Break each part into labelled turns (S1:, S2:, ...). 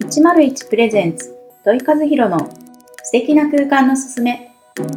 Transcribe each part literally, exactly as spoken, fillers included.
S1: はちまるいちプレゼンツ土井和弘の素敵な空間のすすめ。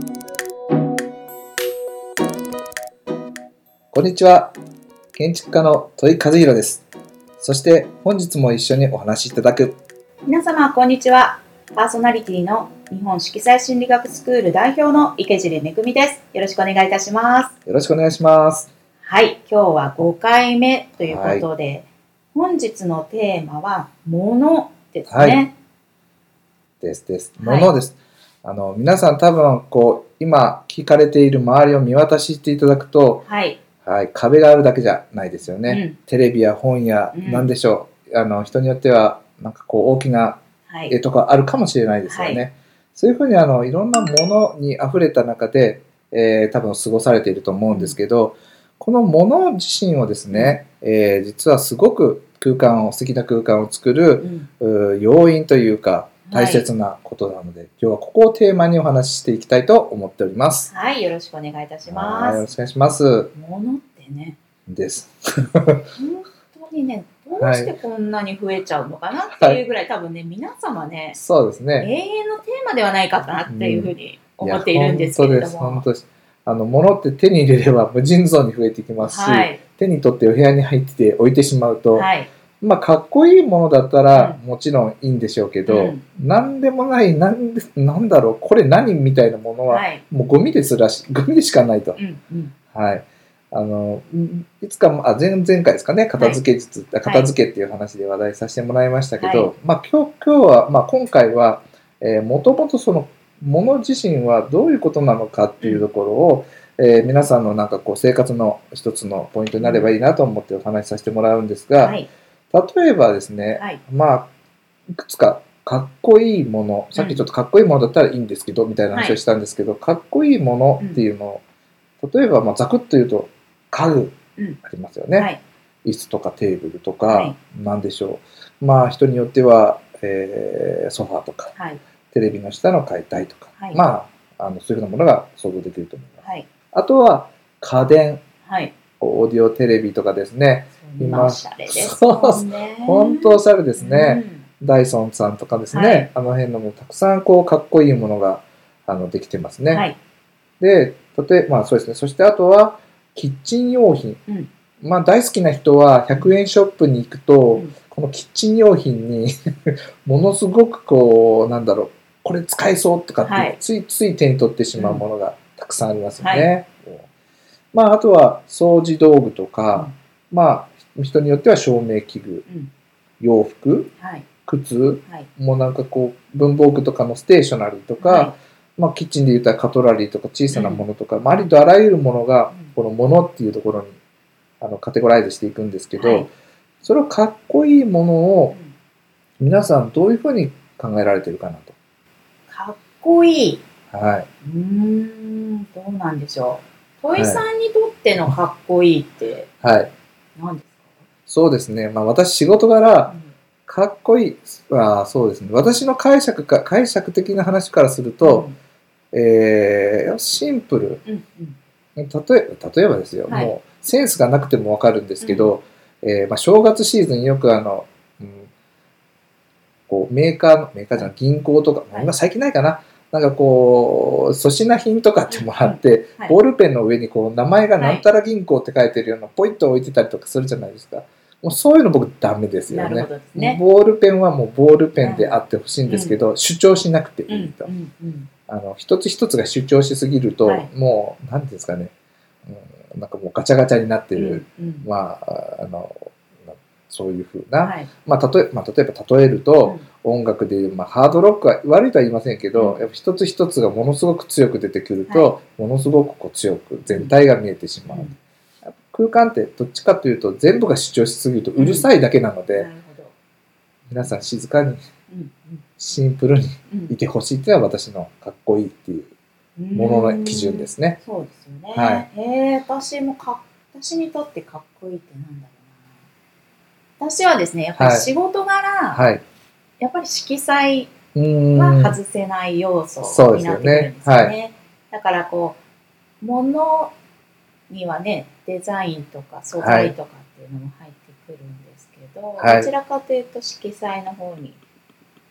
S2: こんにちは。建築家の土井和弘です。そして本日も一緒にお話しいただく
S1: 皆様こんにちは。パーソナリティの日本色彩心理学スクール代表の池尻めぐみです。よろしくお願いいたします。
S2: よろしくお願いします。
S1: はい、今日はごかいめということで、はい、本日のテーマは物ですね。はい、
S2: ですです。物です。はい、あの皆さん多分こう今聞かれている周りを見渡していただくと、はいはい、壁があるだけじゃないですよね。うん、テレビや本や何でしょう、うん、あの人によってはなんかこう大きな絵とかあるかもしれないですよね。はい、そういうふうにあのいろんなものにあふれた中で、えー、多分過ごされていると思うんですけど、うん、このもの自身をですね、えー、実はすごく空間を素敵な空間を作る、うん、要因というか大切なことなので、はい、今日はここをテーマにお話ししていきたいと思っております。
S1: はい、よろしくお願いいたします。
S2: はい、よろしくお願いします。
S1: ものってね。
S2: です。
S1: 本当にね、どうしてこんなに増えちゃうのかなっていうぐらい、はい、多分ね、皆様ね、
S2: そうですね。
S1: 永遠のテーマではないかなっていうふうに思っているんですけれども。
S2: 本当です。あの物って手に入れれば無尽蔵に増えてきますし、はい、手に取ってお部屋に入って置いてしまうと、はい、まあかっこいいものだったらもちろんいいんでしょうけど、うん、なんでもないなんでなんだろうこれ何みたいなものは、はい、もうゴミですらしゴミでしかないと、うんうん、はい。あのいつかあ 前, 前回ですかね、片付け術、はい、片付けっていう話で話題させてもらいましたけど、はい、まあ今日今日はまあ今回は、えー、もともとそのもの自身はどういうことなのかっていうところを、うんえー、皆さんのなんかこう生活の一つのポイントになればいいなと思ってお話しさせてもらうんですが、はい、例えばですね、はい、まあいくつかかっこいいもの、さっきちょっとかっこいいものだったらいいんですけど、うん、みたいな話をしたんですけど、はい、かっこいいものっていうのを、うん、例えばまあざくっと言うと家具ありますよね、うんはい、椅子とかテーブルとか、はい、なんでしょう、まあ人によっては、えー、ソファーとか、はいテレビの下の解体とか、はい、まあ、あのそういうようなものが想像できると思います。はい、あとは家電、はい、オーディオテレビとかですね。
S1: 今おしゃれですもんね。
S2: 本当おしゃれですね、うん。ダイソンさんとかですね。はい、あの辺のもたくさんこうかっこいいものがあのできてますね。はい、で、例えばまあそうですね。そしてあとはキッチン用品。うん、まあ大好きな人はひゃくえんショップに行くと、うん、このキッチン用品にものすごくこうなんだろう。これ使えそうとかって、はい、ついつい手に取ってしまうものがたくさんありますよね。うんはい、まああとは掃除道具とか、うん、まあ人によっては照明器具、うん、洋服、はい、靴、はい、もうなんかこう文房具とかのステーショナリーとか、はい、まあキッチンで言ったらカトラリーとか小さなものとか、うん、まあ、ありとあらゆるものがこのものっていうところにあのカテゴライズしていくんですけど、はい、それをかっこいいものを皆さんどういうふうに考えられているかなと。
S1: かっこいい。
S2: はい。
S1: うーん、どうなんでしょう。土井さんにとってのかっこいいって何ですか？はい、
S2: そうですね。まあ私仕事柄、うん、かっこいいはそうですね。私の解釈か解釈的な話からすると、うん、えー、シンプル。うんうん、例えば例えばですよ、はい。もうセンスがなくてもわかるんですけど、うんえーまあ、正月シーズンよくあの。うんこうメーカーのメーカーじゃない銀行とか、はい、今最近ないかな、なんかこう粗品品とかってもらって、はい、ボールペンの上にこう名前がなんたら銀行って書いてるようなポイッと置いてたりとかするじゃないですか。もうそういうの僕ダメですよ ね, ねボールペンはもうボールペンであってほしいんですけど、うん、主張しなくていいと、うんうんうん、あの一つ一つが主張しすぎると、はい、もう何ていうんですかね、うん、なんかもうガチャガチャになってる、うんうん、まああのそういうふうな、はいまあ、例えまあ、例えば例えると、うん、音楽でいう、まあ、ハードロックは悪いとは言いませんけど、うん、やっぱ一つ一つがものすごく強く出てくると、はい、ものすごくこう強く全体が見えてしまう、うん、空間ってどっちかというと全部が主張しすぎるとうるさいだけなので、うん、皆さん静かにシンプルにいてほしいっていうのは私のかっこいいっていうものの基準ですね。
S1: そうですよね、はい、えー、私もか私にとってかっこいいってなんだろう。私はですね、やっぱり仕事柄、はい、やっぱり色彩は外せない要素になってくるんですよね。はい、だからこう物にはねデザインとか素材とかっていうのも入ってくるんですけど、はい、どちらかというと色彩の方に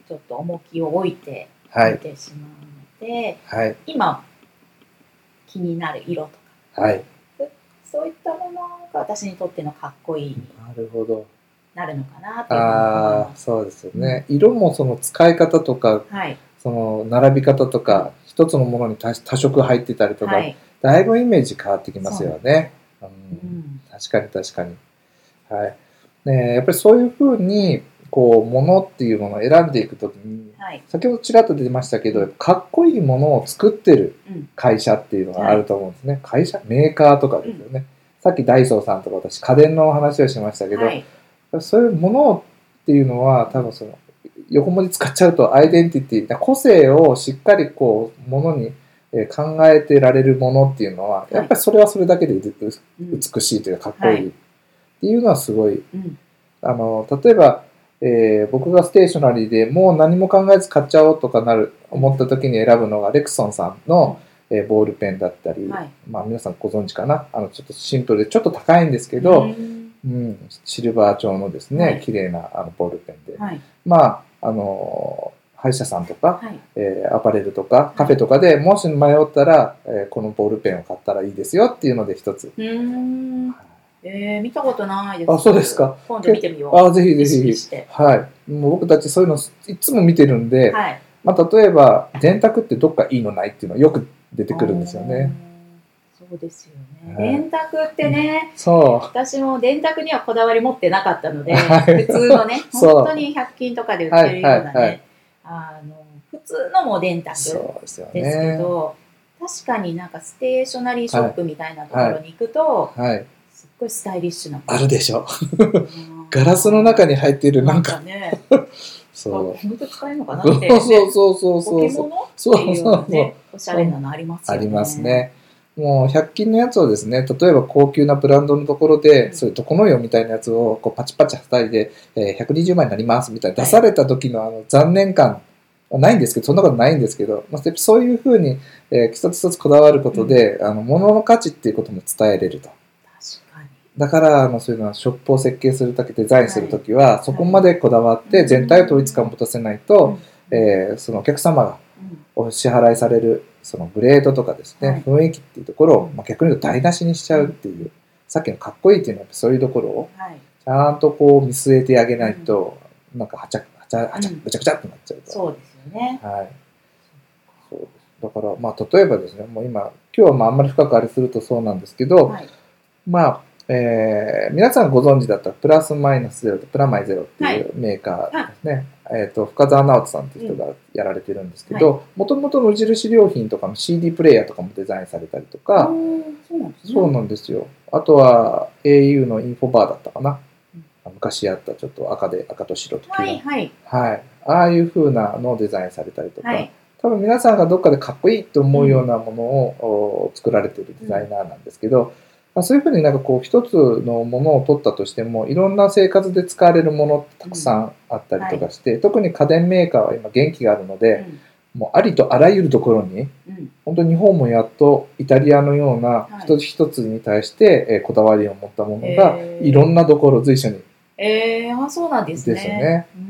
S1: ちょっと重きを置いて見てしまうので、
S2: はい、
S1: 今気になる色とか、はい、そういったものが私にとってのかっこいいになるほどなるのかなというふうに思います。
S2: そうですよね、うん、色もその使い方とか、はい、その並び方とか、一つのものに 多, 多色入ってたりとか、はい、だいぶイメージ変わってきますよね。うんうん、確かに確かに、はいね、やっぱりそういうふうにこうものっていうものを選んでいくときに、はい、先ほどちらっと出てましたけど、かっこいいものを作ってる会社っていうのがあると思うんですね、はい、会社メーカーとかですよね、うん、さっきダイソーさんとか私家電の話をしましたけど、はい、そういうものっていうのは多分その横文字使っちゃうとアイデンティティ、個性をしっかりこうものに考えてられるものっていうのは、やっぱりそれはそれだけで美しいというかかっこいいっていうのはすごい、うん、あの例えば、えー、僕がステーショナリーでもう何も考えず買っちゃおうとかなる思った時に選ぶのがレクソンさんの、うん、えー、ボールペンだったり、はい、まあ皆さんご存知かな、あのちょっとシンプルでちょっと高いんですけど、うんうん、シルバー調のですね、はい、綺麗なあのボールペンで、はい、まああの歯医者さんとか、はい、えー、アパレルとかカフェとかで、はい、もし迷ったら、えー、このボールペンを買ったらいいですよっていうので一つ。
S1: うーん、えー、見たことないです。
S2: あ、そうですか。
S1: 今度見てみよう。
S2: あ、ぜひぜひ。はい。もう僕たちそういうのいつも見てるんで、はい、まあ例えば電卓ってどっかいいのないっていうのはよく出てくるんですよね。
S1: そうですよね。はい、電卓ってね、そう。私も電卓にはこだわり持ってなかったので、はい、普通のね、本当にひゃく均とかで売ってるようなね、はいはいはい、あの普通のも電卓ですけど、ね、確かになんかステーショナリーショップみたいなところに行くと、はいはい、すっごいスタイリッシュな
S2: あるでしょ。ガラスの中に入っているなんか、なんかね、
S1: そう本当使えるのかなって、ね、
S2: そうそうそうそうそう、
S1: そうそうそう、ね、おしゃれなのありますよね。
S2: ありますね。もうひゃく均のやつをですね、例えば高級なブランドのところで、うん、それどこのよみたいなやつをこうパチパチ叩いて、えー、ひゃくにじゅうまいになりますみたいな出された時のあの残念感はないんですけど、そんなことないんですけど、まあ、そういうふうに、えー、一つ一つこだわることで、うん、あの物の価値っていうことも伝えれると。
S1: 確かに。
S2: だからあのそういうのはショップを設計するとき、デザインするときは、はい、そこまでこだわって全体を統一感を持たせないと、うん、えー、そのお客様がお支払いされるそのグレードとかですね、はい、雰囲気っていうところを、まあ、逆に言うと台無しにしちゃうっていう、うん、さっきのかっこいいっていうのはそういうところをちゃんとこう見据えてあげないと、うん、なんかはちゃはちゃはちゃぐちゃぐちゃってなっちゃうと、
S1: そうですよね。
S2: はい。そうです。だからまあ例えばですね、もう今今日はまああんまり深くあれするとそうなんですけど、はい、まあ、えー、皆さんご存知だったらプラスマイナスゼロとプラマイゼロっていうメーカーですね。はい、えー、と深澤直人さんという人がやられてるんですけど、もともと無印良品とかの シーディー プレイヤーとかもデザインされたりとか、
S1: そうなんですね。
S2: そうなんですよ。あとは エーユー のインフォバーだったかな、うん、昔あったちょっと赤で赤と白と黄色、はいはいはい、ああいう風なのをデザインされたりとか、はい、多分皆さんがどっかでかっこいいと思うようなものを、うん、作られているデザイナーなんですけど、まあ、そういうふうになんかこう一つのものを取ったとしてもいろんな生活で使われるものってたくさんあったりとかして、うんはい、特に家電メーカーは今元気があるので、うん、もうありとあらゆるところに、うん、本当に日本もやっとイタリアのような一つ一つに対して、えー、こだわりを持ったものがいろんなところ随所に、
S1: えー、あそうなんですね。
S2: ですよね。うん、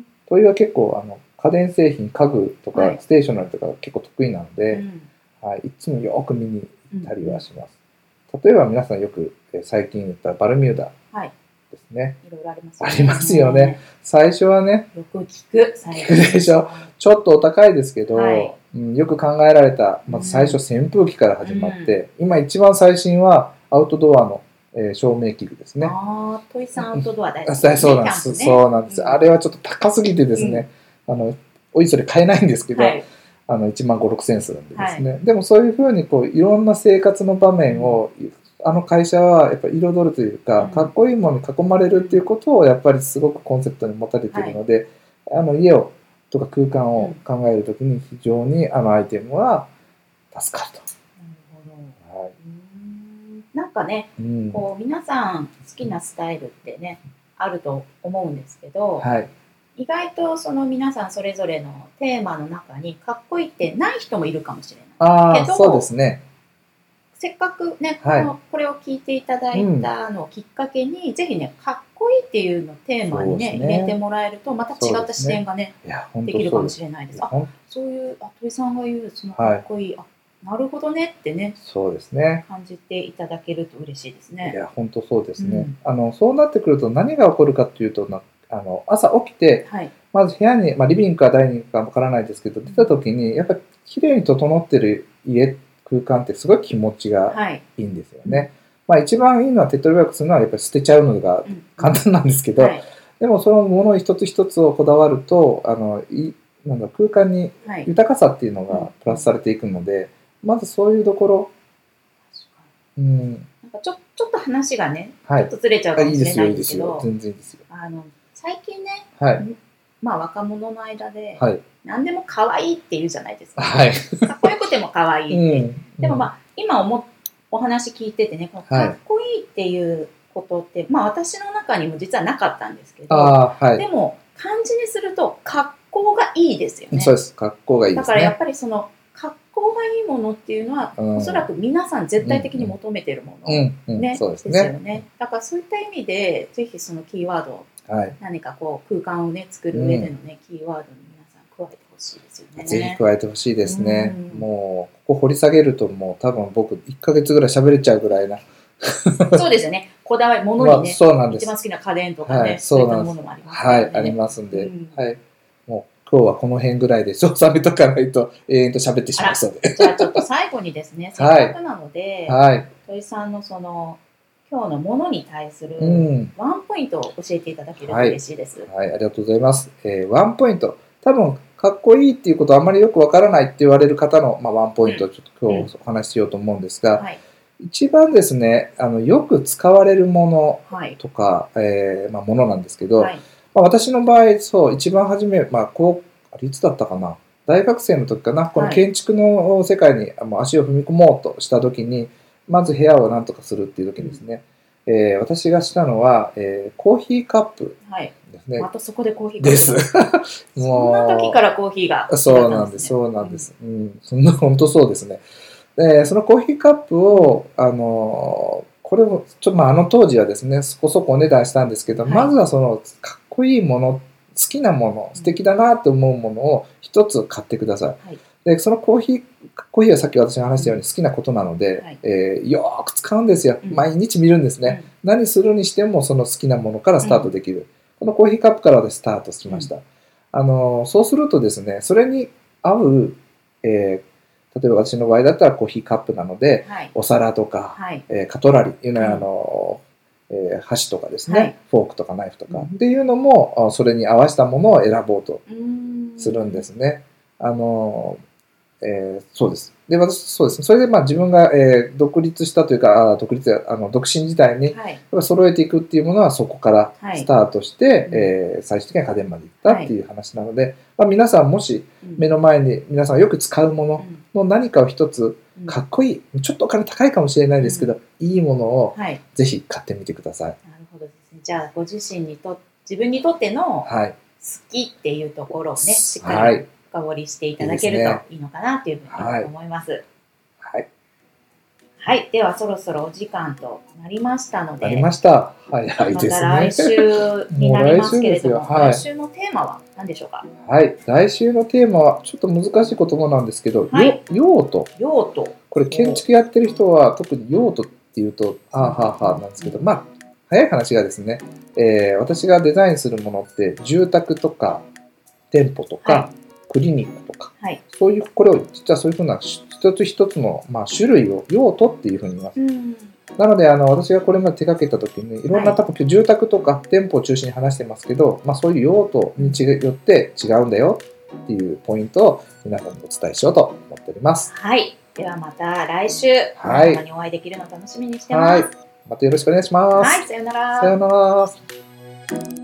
S2: というは結構あの家電製品家具とかステーショナリーとか結構得意なので、はい、いつもよく見に行ったりはします。例えば皆さんよく最近言ったバルミューダですね。はい、いろいろありますよね。ありますよね。最初はね。
S1: よく聞く。
S2: 聞くでしょ。ちょっとお高いですけど、はい、うん、よく考えられた、まず最初扇風機から始まって、うん、今一番最新はアウトドアの、えー、照明器具ですね。
S1: ああ、トイさんアウトドア大好き
S2: ですね。そうなんです。ね、そうなんです、うん。あれはちょっと高すぎてですね、うん、あのおいそれ買えないんですけど、はい、あのいちまんごせんろくせんするんでですね、はい、でもそういうふうにこういろんな生活の場面をあの会社はやっぱり彩るというか、うん、かっこいいものに囲まれるっていうことをやっぱりすごくコンセプトに持たれているので、はい、あの家をとか空間を考えるときに非常にあのアイテムは助かると。
S1: なるほど。はい、うんなんかね、うん、こう皆さん好きなスタイルってねあると思うんですけど、はい、意外とその皆さんそれぞれのテーマの中にかっこいいってない人もいるかもしれないけど、
S2: あそうですね、
S1: せっかくね、はい、このこれを聞いていただいたのをきっかけに、うん、ぜひねかっここいいっていうのテーマに ね,
S2: ね
S1: 入れてもらえるとまた違った視点が ね, ねできるかもしれないです。あ、そういうあ土井さんが言うそのかっこいい、はい、あなるほどねってね、
S2: そうですね、
S1: 感じていただけると嬉しいですね。
S2: いや本当そうですね、うん、あのそうなってくると何が起こるかというとなあの朝起きて、はい、まず部屋に、まあ、リビングかダイニングかわからないですけど出た時にやっぱり綺麗に整ってる家空間ってすごい気持ちがいいんですよね、はい、まあ、一番いいのは手っ取り早くするのはやっぱり捨てちゃうのが簡単なんですけど、うんはい、でもそのもの一つ一つをこだわるとあのいなんだ空間に豊かさっていうのがプラスされていくので、まずそういうところ、
S1: うん、なんかちょ、ちょっと話がね、はい、ちょっとずれちゃうかもしれないんですけど、
S2: 全然いいですよ。
S1: あの最近ね、
S2: はい、
S1: まあ、若者の間で、
S2: はい、
S1: 何でも可愛いって言うじゃないですか、
S2: はい、
S1: かっこよくても可愛いって、うん、でもまあ今思お話聞いててね、このかっこいいっていうことって、はい、まあ私の中にも実はなかったんですけど、
S2: あ、はい、
S1: でも漢字にすると格好がいいですよね。
S2: そうです、格好がいいですね。
S1: だからやっぱりその格好がいいものっていうのは、うん、おそらく皆さん絶対的に求めてるもの、ねうんうん、そうですね、ですよね。だからそういった意味でぜひそのキーワードを、はい、何かこう空間をね作る上でのね、うん、キーワードに皆さん加えてほしいですよね。
S2: ぜひ加えてほしいですね、うん、もうここ掘り下げるともう多分僕いっかげつぐらい喋れちゃうぐらいな
S1: そうですよね、こだわり物にね、まあ、
S2: そうなんです、
S1: 一番好きな家電とかね、はい、
S2: そうなんです、
S1: そういったものもありますからね、
S2: はい、ありますんで、うん、はい、もう今日はこの辺ぐらいで収めとかないと永遠と喋ってしまうそうで。
S1: じゃあちょっと最後にですね、せっかくなので、はい、土井さんのその今日のものに対するワンポイントを教えていただけると嬉しいです。
S2: うん、はい、はい、ありがとうございます。えー、ワンポイント、多分かっこいいっていうことはあんまりよくわからないって言われる方の、まあ、ワンポイントをちょっと今日お話ししようと思うんですが、うんはい、一番ですね、あのよく使われるものとか、はい、えーまあ、ものなんですけど、はい、まあ、私の場合、そう、一番初め、まあ、こう、あれいつだったかな、大学生の時かな、この建築の世界に足を踏み込もうとした時に、まず部屋を何とかするっていう時にですね、うん、えー、私がしたのは、えー、コーヒーカップですね。
S1: はい、またそこでコーヒーカップ
S2: です。
S1: もうそんな時からコーヒーが、
S2: ね、そうなんです、そうなんです。うん、そんな本当そうですね。でそのコーヒーカップを、あのこれもちょっとまああの当時はですねそこそこお値段したんですけど、はい、まずはそのかっこいいもの、好きなもの、素敵だなと思うものを一つ買ってください。はい、でそのコーヒーコーヒーはさっき私が話したように好きなことなので、はい、えー、よく使うんですよ。毎日見るんですね。うん、何するにしてもその好きなものからスタートできる。うん、このコーヒーカップから私スタートしました。うん、あのそうするとですね、それに合う、えー例えば私の場合だったらコーヒーカップなので、はい、お皿とか、はい、えー、カトラリーいうのは、うん、あのえー、箸とかですね、はい、フォークとかナイフとか、うん、っていうのもそれに合わせたものを選ぼうとするんですね。あのえー、そうです。で、私、そうですね。それで、まあ、自分が、えー、独立したというか、あ独立あの独身時代に、はい、揃えていくっていうものは、そこからスタートして、はい、えー、最終的には家電まで行ったっていう話なので、はい、まあ、皆さん、もし、目の前に、皆さんがよく使うものの何かを一つ、かっこいい、ちょっとお金高いかもしれないですけど、うん、いいものを、ぜひ買ってみてください。なる
S1: ほどですね。じゃあ、ご自身にと、自分にとっての、好きっていうところをね、しっかり、はい、深掘りしていただけるといいのかなというふうに思います。はい。はい。ではそろそろお時間となりましたので。
S2: なりました。はいはいですね。
S1: また来週になりますけれども、来週のテーマは何でしょうか。
S2: はい。来週のテーマはちょっと難しい言葉なんですけど、はい、用途。
S1: 用途。
S2: これ建築やってる人は特に用途っていうと、はあはあはあなんですけど、まあ早い話がですね、えー、私がデザインするものって住宅とか店舗とか、はい、クリニックとか、はい、そういうこれを実はそういうふうな一つ一つの、まあ、種類を用途っていうふうに言います。うん、なのであの私がこれまで手掛けた時にいろんな、多分住宅とか店舗を中心に話してますけど、まあ、そういう用途によって違うんだよっていうポイントを皆さんにお伝えしようと思っております。
S1: はい。ではまた来週、はい、皆様にお会いできるのを楽しみにしてます。はい、
S2: またよろしくお願いします。
S1: はい、さようなら。
S2: さようなら。